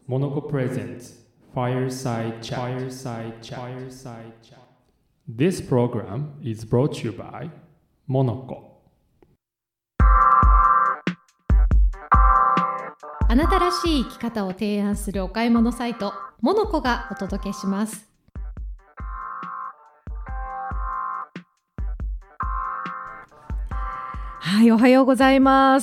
Monoco presents Fireside Chat. This program is brought to you by Monoco. あなたらしい生き方を提案するお買い物サイトモノコがお届けします。はい、おはようございます。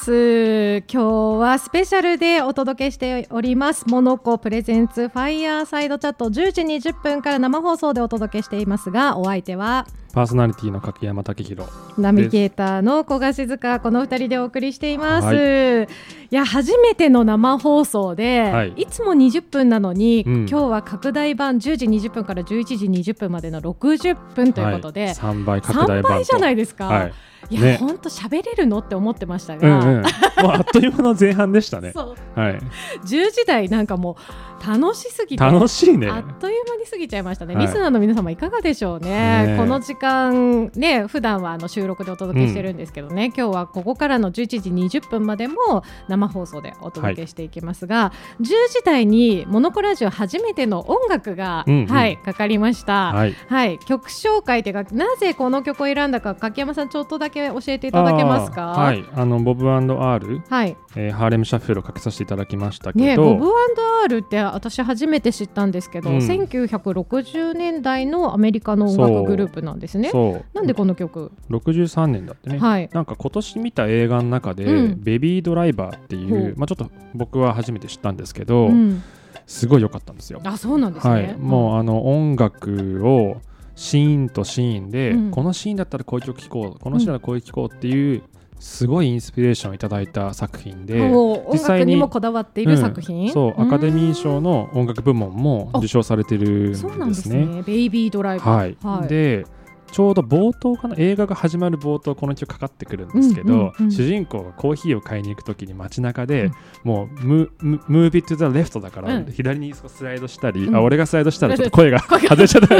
今日はスペシャルでお届けしておりますモノコプレゼンツファイヤーサイドチャット、10時20分から生放送でお届けしていますが、お相手はパーソナリティの柿山武弘、 ナビゲーターの古賀静香、この2人でお送りしています、 はい、 いや初めての生放送で、 はい、 いつも20分なのに、 今日は拡大版10時20分から11時20分までの60分ということで、 はい、3倍拡大版と 3倍じゃないですか、はい、いや、ね、ほんと喋れるのって思ってましたが、 もうあっという間の前半でしたねそう、 はい、 10時台なんかもう楽しすぎて、 楽しいね、 あっという間に過ぎちゃいましたね、 はい、 リスナーの皆様いかがでしょう ねこの時間ね、普段は収録でお届けしてるんですけどね、今日はここからの11時20分までも生放送でお届けしていきますが、はい、10時台にモノコラジオ初めての音楽が、はい、かかりました、はいはい、曲紹介というか、なぜこの曲を選んだか柿山さんちょっとだけ教えていただけますか。 はい、ボブ&アール、 はい、 ハーレムシャッフルをかけさせていただきましたけど、 ね、ボブ&アールって私初めて知ったんですけど、1960年代のアメリカの音楽グループなんですね。なんでこの曲 63年だってね、はい、なんか今年見た映画の中で、ベビードライバーっていう、ちょっと僕は初めて知ったんですけど、すごい良かったんですよ。 あ、そうなんですね、 はい、もう音楽をシーンとシーンで、このシーンだったらこういう曲聴こう、このシーンだったらこういう聴こうっていう、すごいインスピレーションをいただいた作品で、 実際に音楽にもこだわっている作品、 そうアカデミー賞の音楽部門も受賞されてるんですね。 そうなんですね。ベイビードライバー、 はいはい、でちょうど冒頭かな、映画が始まる冒頭、この曲かかってくるんですけど、主人公がコーヒーを買いに行くときに街中で、もうMove it to the left だから、左にスライドしたり、俺がスライドしたらちょっと声が外れちゃった、はい、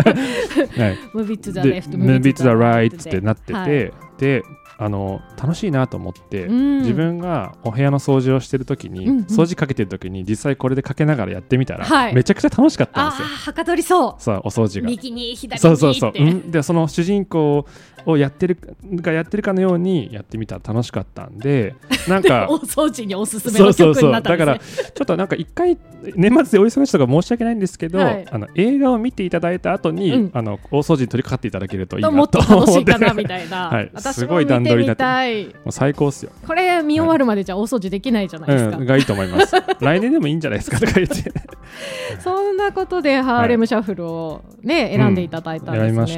Move it to the left Move it to the right ってなってて、はい、で楽しいなと思って、自分がお部屋の掃除をしてるときに、掃除かけてるときに実際これでかけながらやってみたら、めちゃくちゃ楽しかったんですよ。 はかどりそう、 そうお掃除が右に左にって、 そうでその主人公をやってるかのようにやってみたら楽しかったんで、なんかお掃除におすすめの曲になったんですね。 だからちょっとなんか一回年末でお忙しいとか申し訳ないんですけど、はい、映画を見ていただいた後に、大掃除に取り掛かっていただけるといいなと思って、 もっと楽しいかなみたいな、はい、 すごい段取りになって、もう最高っすよ。 これ見終わるまでじゃ大掃除できないじゃないですか、 がいいと思います来年でもいいんじゃないですかとか言ってそんなことでハーレムシャッフルを、ね、選んでいただいたんですね。 選びました。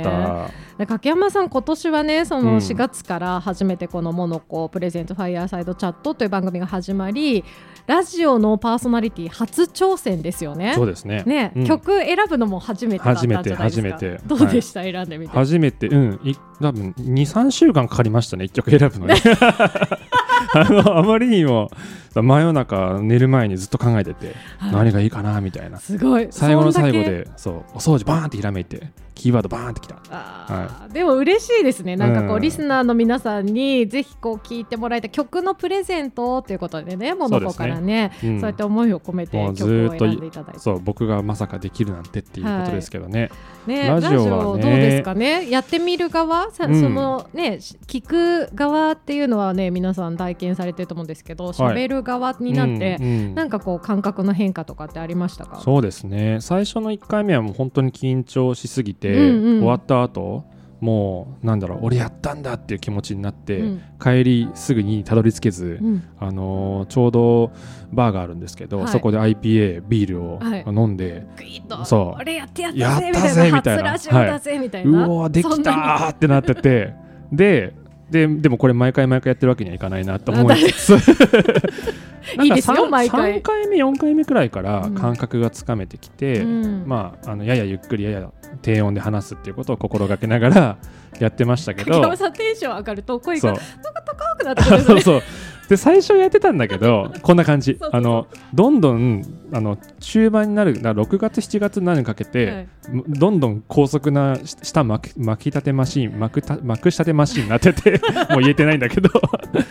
柿山さん、今年はね、その4月から初めてこのモノコプレゼントファイヤーサイドチャットという番組が始まり、ラジオのパーソナリティ初挑戦ですよね。 そうですね。 曲選ぶのも初めてだったんじゃないですか。 初めてどうでした、選んでみて。 初めて、多分 2,3 週間かかりましたね、1曲選ぶのにあまりにも真夜中寝る前にずっと考えてて、何がいいかなみたいな。 すごい。 最後の最後でお掃除バーンってひらめいて、キーワードバーンってきた。 でも嬉しいですね。なんかこう、リスナーの皆さんにぜひこう聞いてもらいたい曲のプレゼントということでね、モノコからね、そうやって思いを込めて曲を選んでいただいて、 そう僕がまさかできるなんてっていうことですけどね。 ラジオはね、どうですかね。やってみる側、そのね、聞く側っていうのはね、皆さん体験されてると思うんですけど、喋る側になって、なんかこう感覚の変化とかってありましたか。 そうですね、最初の1回目はもう本当に緊張しすぎて、終わった後もう俺やったんだっていう気持ちになって、帰りすぐにたどり着けず、ちょうどバーがあるんですけど、そこで IPA ビールを飲んで、 そう俺やったぜみたいな、初ラジオだぜみたいな、 うわできたーってなっててでもこれ毎回やってるわけにはいかないなと思いつついいですよ、毎回 3回目4回目くらいから感覚がつかめてきて、ややゆっくりやや低音で話すっていうことを心がけながらやってましたけど、 柿山さんテンション上がると声が高くなってくるんですね。 で最初やってたんだけどこんな感じ、どんどん中盤になる6月7月になるにかけて、どんどん高速な下巻き立てマシーンまくしたてマシーンになっててもう言えてないんだけど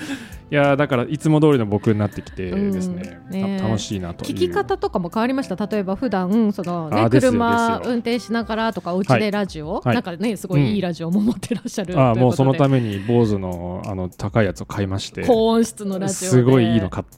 いやだからいつも通りの僕になってきてですね、楽しいなという。 聞き方とかも変わりました？例えば普段その、ね、車運転しながらとかお家でラジオ、なんかねすごいいいラジオも持ってらっしゃるということで、 もうそのために坊主の高いやつを買いまして、 高音質のラジオですごいいいの買って、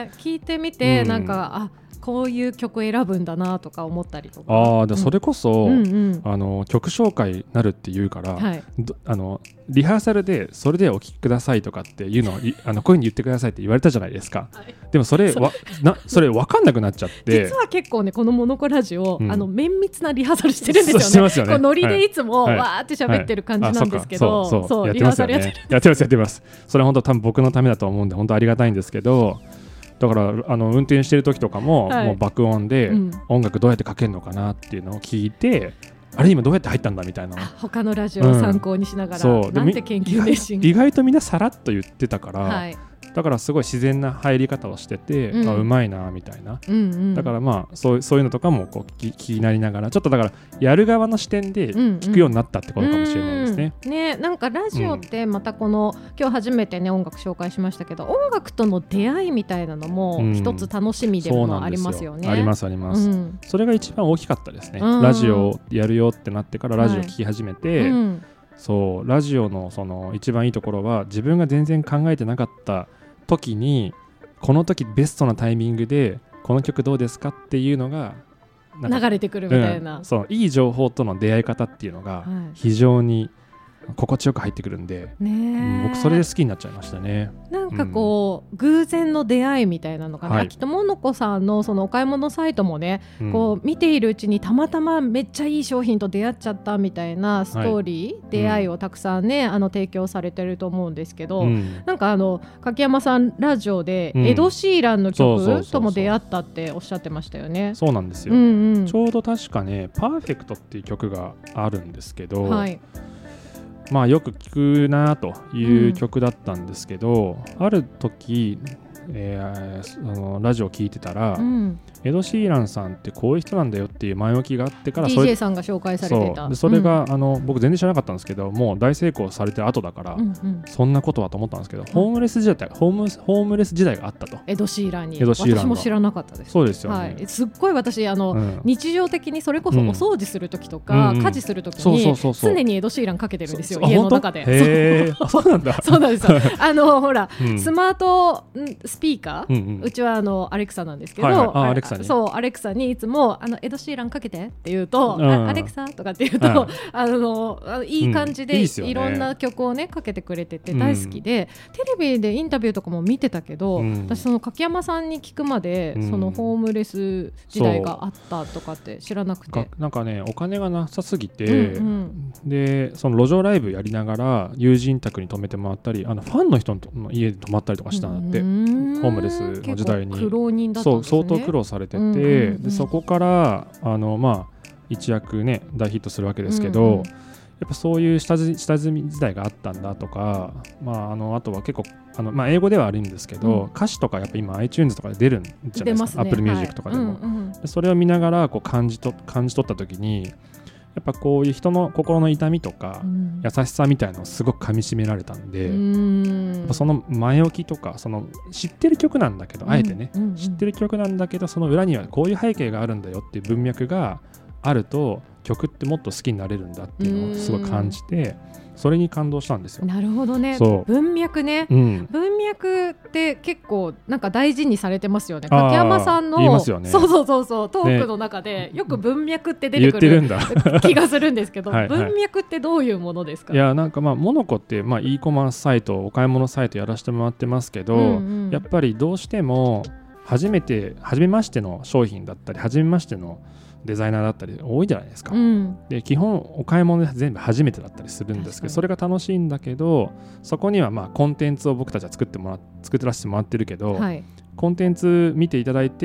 聞いてみて、なんかこういう曲選ぶんだなとか思ったりとか。 それこそ、曲紹介になるって言うから、リハーサルでそれでお聴きくださいとかっていうのをこういうふうに言ってくださいって言われたじゃないですか、でもそれ分かんなくなっちゃって、 実は結構ねこのモノコラジオ、綿密なリハーサルしてるんですよね。こうノリでいつもわーって喋ってる感じなんですけど、そうリハーサルやってます。それは本当多分僕のためだと思うんで本当ありがたいんですけど、だから運転してる時とかも、もう爆音で音楽どうやってかけるのかなっていうのを聞いて、あれ今どうやって入ったんだみたいな、 他のラジオを参考にしながら、なんて研究熱心。 意外とみんなさらっと言ってたから、だからすごい自然な入り方をしてて、うまいなみたいな、だからそういうのとかもこう気になりながら、ちょっとだからやる側の視点で聞くようになったってことかもしれないですね。 なんかラジオってまたこの、今日初めてね音楽紹介しましたけど、音楽との出会いみたいなのも一つ楽しみでもありますよね。 あります、それが一番大きかったですね。ラジオをやるよってなってからラジオ聞き始めて、そうラジオのその一番いいところは、自分が全然考えてなかった時にこの時ベストなタイミングでこの曲どうですかっていうのが流れてくるみたいな、 そういい情報との出会い方っていうのが非常に心地よく入ってくるんで、僕それで好きになっちゃいましたね。 なんかこう、偶然の出会いみたいなのかな、きっとモノコさんのそのお買い物サイトもね、こう見ているうちにたまたまめっちゃいい商品と出会っちゃったみたいなストーリー、出会いをたくさんね提供されてると思うんですけど、なんか柿山さんラジオでエド・シーランの曲とも出会ったっておっしゃってましたよね。 そうなんですよ、ちょうど確かねパーフェクトっていう曲があるんですけど、よく聞くなという曲だったんですけど、ある時、ラジオを聞いてたら、エド・シーランさんってこういう人なんだよっていう前置きがあってから、 DJ さんが紹介されてた。 それが、僕全然知らなかったんですけど、もう大成功されてる後だから、そんなことはと思ったんですけど、ホームレス時代があったと。 エド・シーランに私も知らなかったです。 そうですよね、 すっごい私日常的にそれこそお掃除する時とか、家事する時に常にエド・シーランかけてるんですよ、家の中で。 そうなんだ。 そうなんですよ。ほら、スマートスピーカー、うちはアレクサなんですけど、アレクサそうアレクサにいつもエド・シーランかけてって言うと、アレクサとかって言うと、いい感じでいろんな曲をねかけてくれてて大好きで、テレビでインタビューとかも見てたけど、私その柿山さんに聞くまで、そのホームレス時代があったとかって知らなくて、 なんかねお金がなさすぎて、でその路上ライブやりながら友人宅に泊めてもらったり、ファンの人の家で泊まったりとかしたんだって、ホームレスの時代に。 苦労人だったんですね。 相当苦労されてて、でそこから一躍ね大ヒットするわけですけど、やっぱそういう下積み時代があったんだとか、あとは結構英語ではあるんですけど、歌詞とかやっぱ今 iTunes とかで出るんじゃないですか、Apple Music とかでも、でそれを見ながらこう感じ取った時に、やっぱこういう人の心の痛みとか、優しさみたいなのをすごく噛み締められたんで、やっぱその前置きとか、その知ってる曲なんだけど、あえてね、知ってる曲なんだけど、その裏にはこういう背景があるんだよっていう文脈があると、曲ってもっと好きになれるんだっていうのをすごい感じて、それに感動したんですよ。 なるほどね。文脈ね、文脈って結構なんか大事にされてますよね。柿山さんの言いますよね。 そうトークの中でよく文脈って出てくる気がするんですけど、文脈ってどういうものですか？ いやなんかモノコって、e コマースサイト、お買い物サイトやらせてもらってますけど、やっぱりどうしても初めましての商品だったり、初めましてのデザイナーだったり多いじゃないですか、で基本お買い物で全部初めてだったりするんですけど、それが楽しいんだけど、そこにはコンテンツを僕たちは作ってらせてもらってるけど、コンテンツ見ていただいて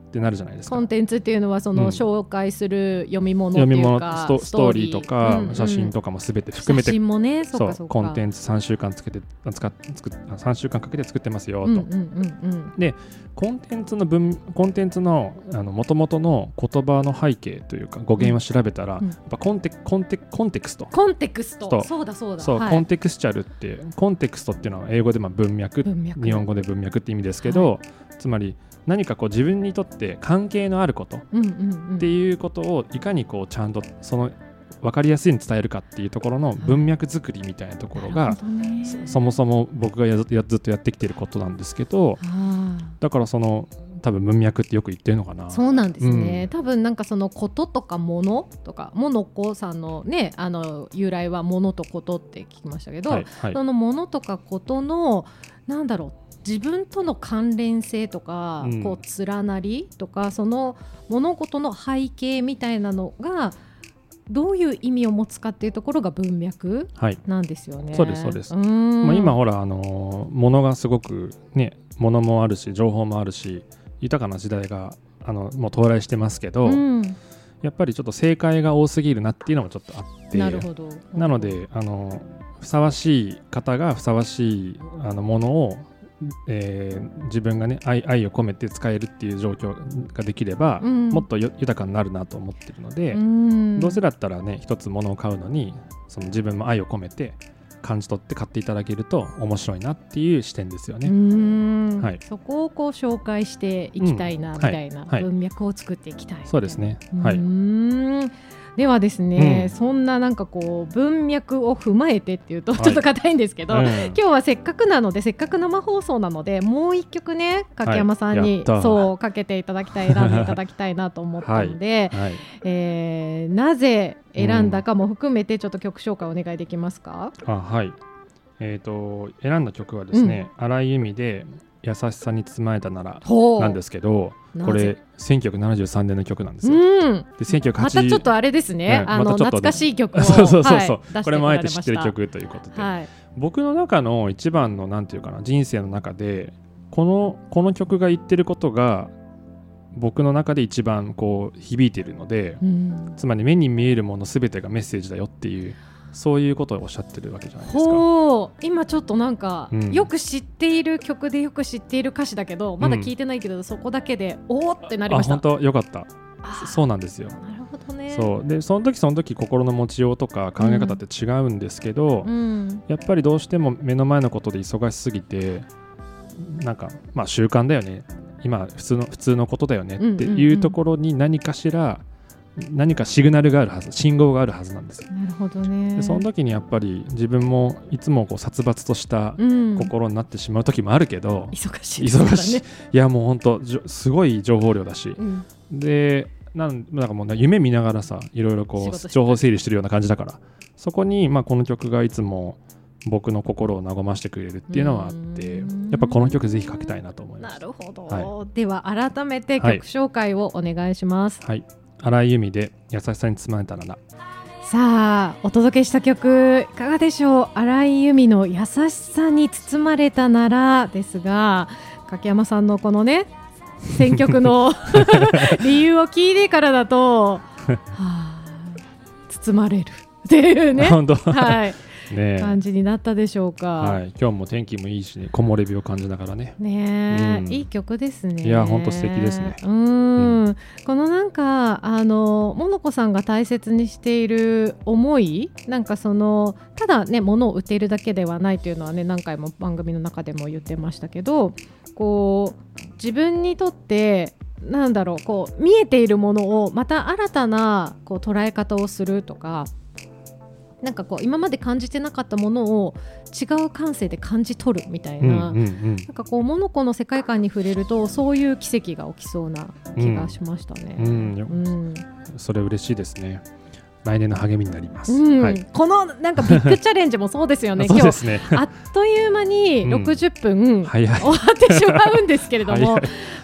ってなるじゃないですか。 コンテンツっていうのはその紹介する読み物っていうか、 ストーリーとか写真とかも全て含めて、 写真もね、 そうコンテンツ3週間かけて作ってますよと。でコンテンツの元々の言葉の背景というか語源を調べたら、やっぱコンテクスト、そうだそう、コンテクスチャルってコンテクストっていうのは英語で文脈、日本語で文脈って意味ですけど、つまり何かこう自分にとって関係のあることっていうことをいかにこうちゃんとその分かりやすいに伝えるかっていうところの文脈作りみたいなところが、そもそも僕がずっとやってきていることなんですけど、だからその多分文脈ってよく言ってるのかな。 そうなんですね、多分なんかそのこととかものとか、モノコさんのね由来はものとことって聞きましたけど、そのものとかことのなんだろう、自分との関連性とか、こう連なりとか、その物事の背景みたいなのがどういう意味を持つかっていうところが文脈なんですよね。 そうですそうです。今ほら物がすごくね、物もあるし情報もあるし豊かな時代がもう到来してますけど、やっぱりちょっと正解が多すぎるなっていうのもちょっとあって、なのでふさわしい方がふさわしいものを自分がね愛を込めて使えるっていう状況ができれば、もっと豊かになるなと思ってるので、どうせだったらね一つ物を買うのにその自分も愛を込めて感じ取って買っていただけると面白いなっていう視点ですよね。 そこをこう紹介していきたいなみたいな、文脈を作っていきたい。 そうですね。 ではですね、そんななんかこう文脈を踏まえてっていうとちょっと硬いんですけど、今日はせっかく生放送なのでもう一曲ね柿山さんに、そうかけていただきたい、選んでいただきたいなと思ったので、なぜ選んだかも含めてちょっと曲紹介お願いできますか？ 選んだ曲はですね、荒井由実で優しさに包まれたならなんですけど、これ1973年の曲なんですよ。で1980 またちょっとあれですね、懐かしい曲をこれもあえて知ってる曲ということで、僕の中の一番のなんていうかな、人生の中でこの曲が言ってることが僕の中で一番こう響いているので、つまり目に見えるもの全てがメッセージだよっていう、そういうことをおっしゃってるわけじゃないですか。 今ちょっとなんか、よく知っている曲でよく知っている歌詞だけどまだ聞いてないけど、そこだけでおーってなりました。 本当よかった。そうなんですよ。 なるほどね。 そうでその時心の持ちようとか考え方って違うんですけど、やっぱりどうしても目の前のことで忙しすぎて、なんか習慣だよね、今普通のことだよねっていうところに何かしら何かシグナルがあるはず、信号があるはずなんですよ。 なるほどね。 でその時にやっぱり自分もいつもこう殺伐とした心になってしまう時もあるけど、 忙しい、 いやもう本当すごい情報量だし、でなんかもう夢見ながらさ、いろいろこう情報整理してるような感じだから、そこにこの曲がいつも僕の心を和ましてくれるっていうのはあって、やっぱこの曲ぜひかけたいなと思います。 なるほど、では改めて曲紹介をお願いします。 荒井由実で優しさに包まれたなら。 さあお届けした曲いかがでしょう。荒井由実の優しさに包まれたならですが、柿山さんのこのね選曲の理由を聞いてからだと包まれるっていうね、 本当感じになったでしょうか。 今日も天気もいいしね、木漏れ日を感じながらね。 いい曲ですね。 いや本当素敵ですね。 このなんかモノコさんが大切にしている思い、なんかそのただね物を売っているだけではないというのはね、何回も番組の中でも言ってましたけど、こう自分にとってなんだろう、こう見えているものをまた新たなこう捉え方をするとか、なんかこう今まで感じてなかったものを違う感性で感じ取るみたいな、なんかこうモノコの世界観に触れるとそういう奇跡が起きそうな気がしましたね。 それ嬉しいですね。来年の励みになります。 このなんかビッグチャレンジもそうですよね。今日あっという間に60分終わってしまうんですけれども、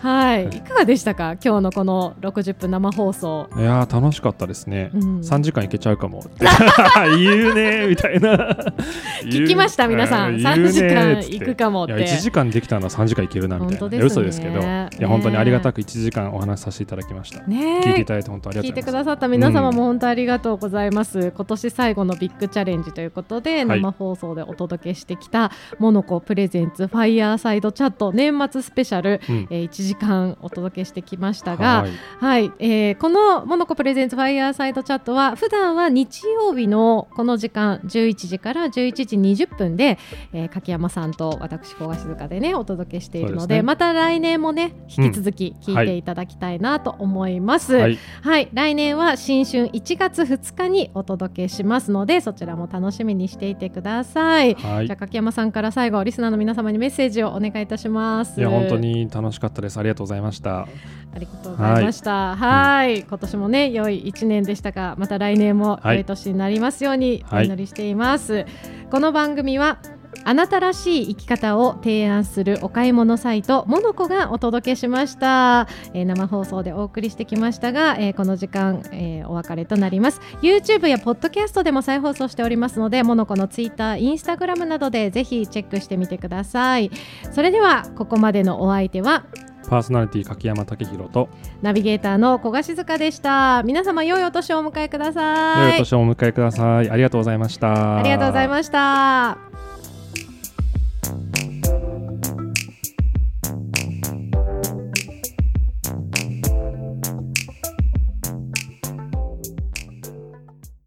はい、いかがでしたか今日のこの60分生放送。 いや楽しかったですね、3時間いけちゃうかも言うねみたいな聞きました皆さん、3時間いくかもって。 いや1時間できたのは3時間いけるなみたいな。本当ですね、嘘ですけど、いや本当にありがたく1時間お話しさせていただきました、ね、聞いていただいて本当ありがとうございます。聞いてくださった皆様も本当ありがとうございます、今年最後のビッグチャレンジということで、生放送でお届けしてきたモノコプレゼンツファイヤーサイドチャット年末スペシャル、1時間お届けしてきましたが、このモノコプレゼンツファイヤーサイドチャットは普段は日曜日のこの時間11時から11時20分で、柿山さんと私古賀静香でねお届けしているの で、また来年もね引き続き聞いていただきたいなと思います、来年は新春1月2日にお届けしますので、そちらも楽しみにしていてください、じゃあ柿山さんから最後リスナーの皆様にメッセージをお願いいたします。 いや本当に楽しかったです。ありがとうございました。 ありがとうございました。今年もね良い1年でしたが、また来年も良い年になりますようにお祈りしています、この番組はあなたらしい生き方を提案するお買い物サイトモノコがお届けしました、生放送でお送りしてきましたが、この時間、お別れとなります。 YouTube やポッドキャストでも再放送しておりますので、モノコの Twitter、Instagram などでぜひチェックしてみてください。それではここまでのお相手はパーソナリティ柿山武宏とナビゲーターの古賀静香でした。皆様良いお年をお迎えください。 良いお年をお迎えください。ありがとうございました。 ありがとうございました。